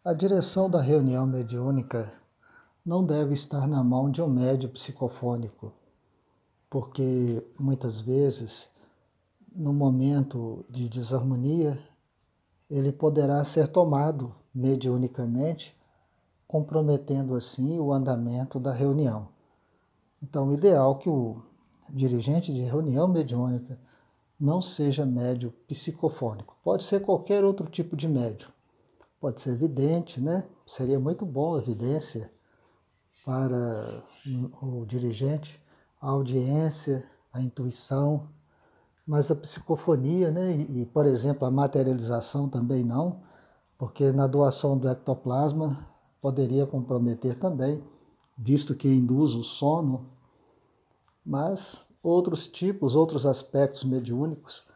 A direção da reunião mediúnica não deve estar na mão de um médium psicofônico, porque muitas vezes, no momento de desarmonia, ele poderá ser tomado mediunicamente, comprometendo assim o andamento da reunião. Então, o ideal é que o dirigente de reunião mediúnica não seja médium psicofônico. Pode ser qualquer outro tipo de médium. Pode ser vidente, né? Seria muito bom a evidência para o dirigente, a audiência, a intuição, mas a psicofonia, né? Por exemplo, a materialização também não, porque na doação do ectoplasma poderia comprometer também, visto que induz o sono, mas outros tipos, outros aspectos mediúnicos,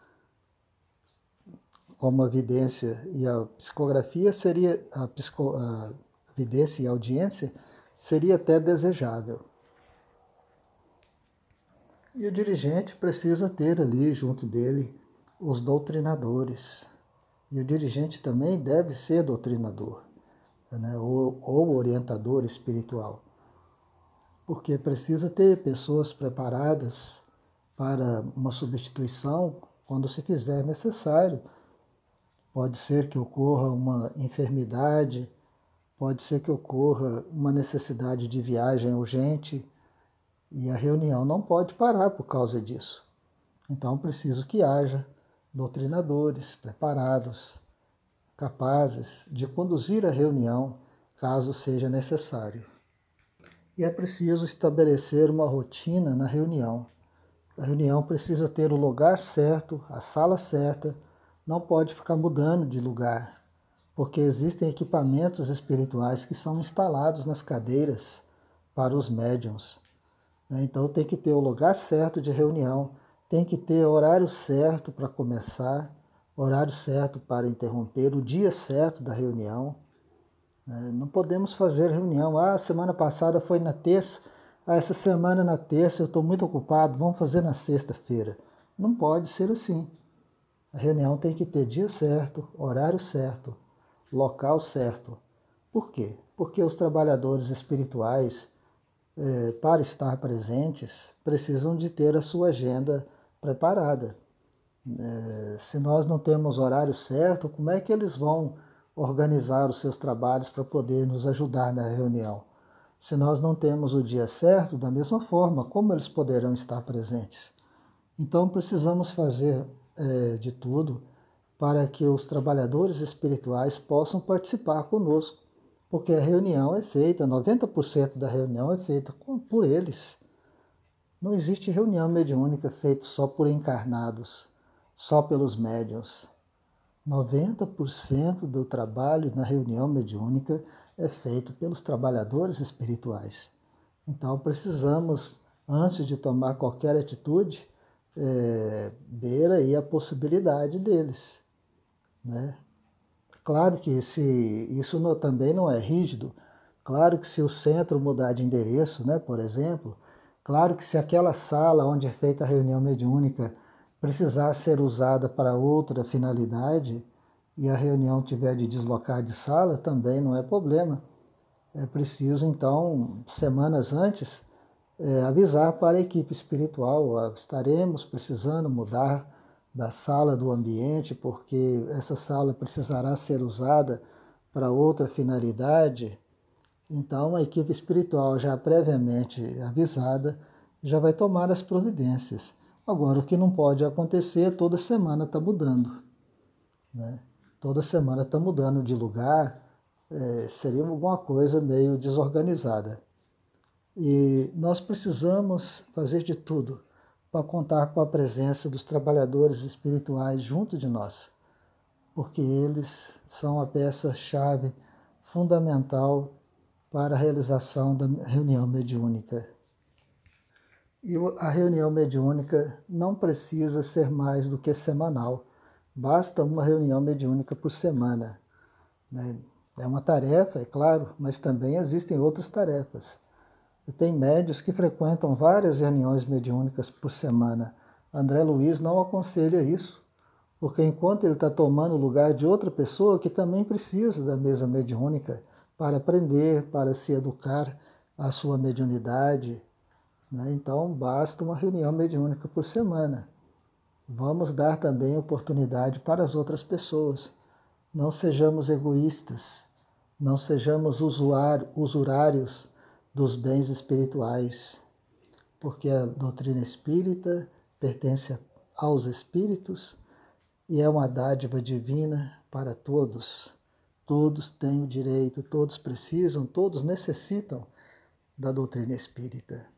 como a vidência e a psicografia, seria a vidência e a audiência seria até desejável. E o dirigente precisa ter ali junto dele os doutrinadores. E o dirigente também deve ser doutrinador, né? ou orientador espiritual, porque precisa ter pessoas preparadas para uma substituição quando se fizer necessário. Pode ser que ocorra uma enfermidade, pode ser que ocorra uma necessidade de viagem urgente e a reunião não pode parar por causa disso. Então, preciso que haja doutrinadores preparados, capazes de conduzir a reunião caso seja necessário. E é preciso estabelecer uma rotina na reunião. A reunião precisa ter o lugar certo, a sala certa, não pode ficar mudando de lugar, porque existem equipamentos espirituais que são instalados nas cadeiras para os médiuns. Então tem que ter o lugar certo de reunião, tem que ter horário certo para começar, horário certo para interromper, o dia certo da reunião. Não podemos fazer reunião, semana passada foi na terça, essa semana na terça eu estou muito ocupado, vamos fazer na sexta-feira. Não pode ser assim. A reunião tem que ter dia certo, horário certo, local certo. Por quê? Porque os trabalhadores espirituais, para estar presentes, precisam de ter a sua agenda preparada. Se nós não temos horário certo, como é que eles vão organizar os seus trabalhos para poder nos ajudar na reunião? Se nós não temos o dia certo, da mesma forma, como eles poderão estar presentes? Então precisamos fazer de tudo para que os trabalhadores espirituais possam participar conosco, porque a reunião é feita, 90% da reunião é feita por eles. Não existe reunião mediúnica feita só por encarnados, só pelos médiuns. 90% do trabalho na reunião mediúnica é feito pelos trabalhadores espirituais. Então precisamos, antes de tomar qualquer atitude, ver aí a possibilidade deles, né? Claro que se isso também não é rígido, claro que se o centro mudar de endereço, né, por exemplo, claro que se aquela sala onde é feita a reunião mediúnica precisar ser usada para outra finalidade e a reunião tiver de deslocar de sala, também não é problema. É preciso, então, semanas antes, avisar para a equipe espiritual, estaremos precisando mudar da sala do ambiente, porque essa sala precisará ser usada para outra finalidade. Então, a equipe espiritual, já previamente avisada, já vai tomar as providências. Agora, o que não pode acontecer, toda semana está mudando, né? Toda semana está mudando de lugar, seria alguma coisa meio desorganizada. E nós precisamos fazer de tudo para contar com a presença dos trabalhadores espirituais junto de nós, porque eles são a peça-chave fundamental para a realização da reunião mediúnica. E a reunião mediúnica não precisa ser mais do que semanal, basta uma reunião mediúnica por semana, né? É uma tarefa, é claro, mas também existem outras tarefas. E tem médios que frequentam várias reuniões mediúnicas por semana. André Luiz não aconselha isso, Porque enquanto ele está tomando o lugar de outra pessoa que também precisa da mesa mediúnica para aprender, para se educar a sua mediunidade, né? Então basta uma reunião mediúnica por semana. Vamos dar também oportunidade para as outras pessoas. Não sejamos egoístas, não sejamos usurários dos bens espirituais, porque a doutrina espírita pertence aos espíritos e é uma dádiva divina para todos. Todos têm o direito, todos precisam, todos necessitam da doutrina espírita.